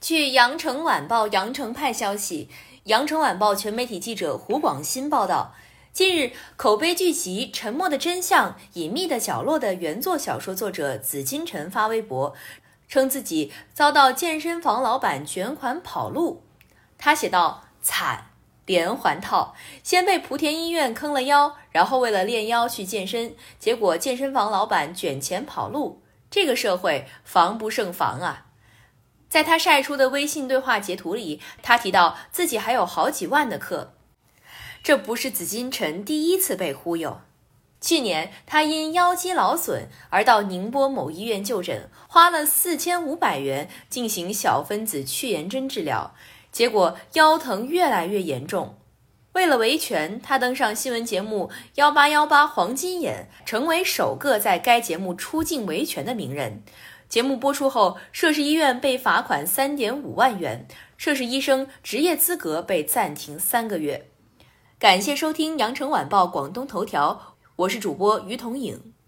据羊城晚报羊城派消息，羊城晚报全媒体记者胡广新报道，近日，口碑剧集《沉默的真相：隐秘的角落》的原作小说作者紫金陈发微博，称自己遭到健身房老板卷款跑路。他写道：惨，连环套，先被莆田医院坑了腰，然后为了练腰去健身，结果健身房老板卷钱跑路。这个社会防不胜防啊！在他晒出的微信对话截图里，他提到自己还有好几万的课。这不是紫金陈第一次被忽悠。去年，他因腰肌劳损而到宁波某医院就诊，花了4500元进行小分子去炎针治疗，结果腰疼越来越严重。为了维权，他登上新闻节目1818黄金眼，成为首个在该节目出镜维权的名人。节目播出后，涉事医院被罚款3.5万元，涉事医生执业资格被暂停3个月。感谢收听羊城晚报广东头条，我是主播于彤颖。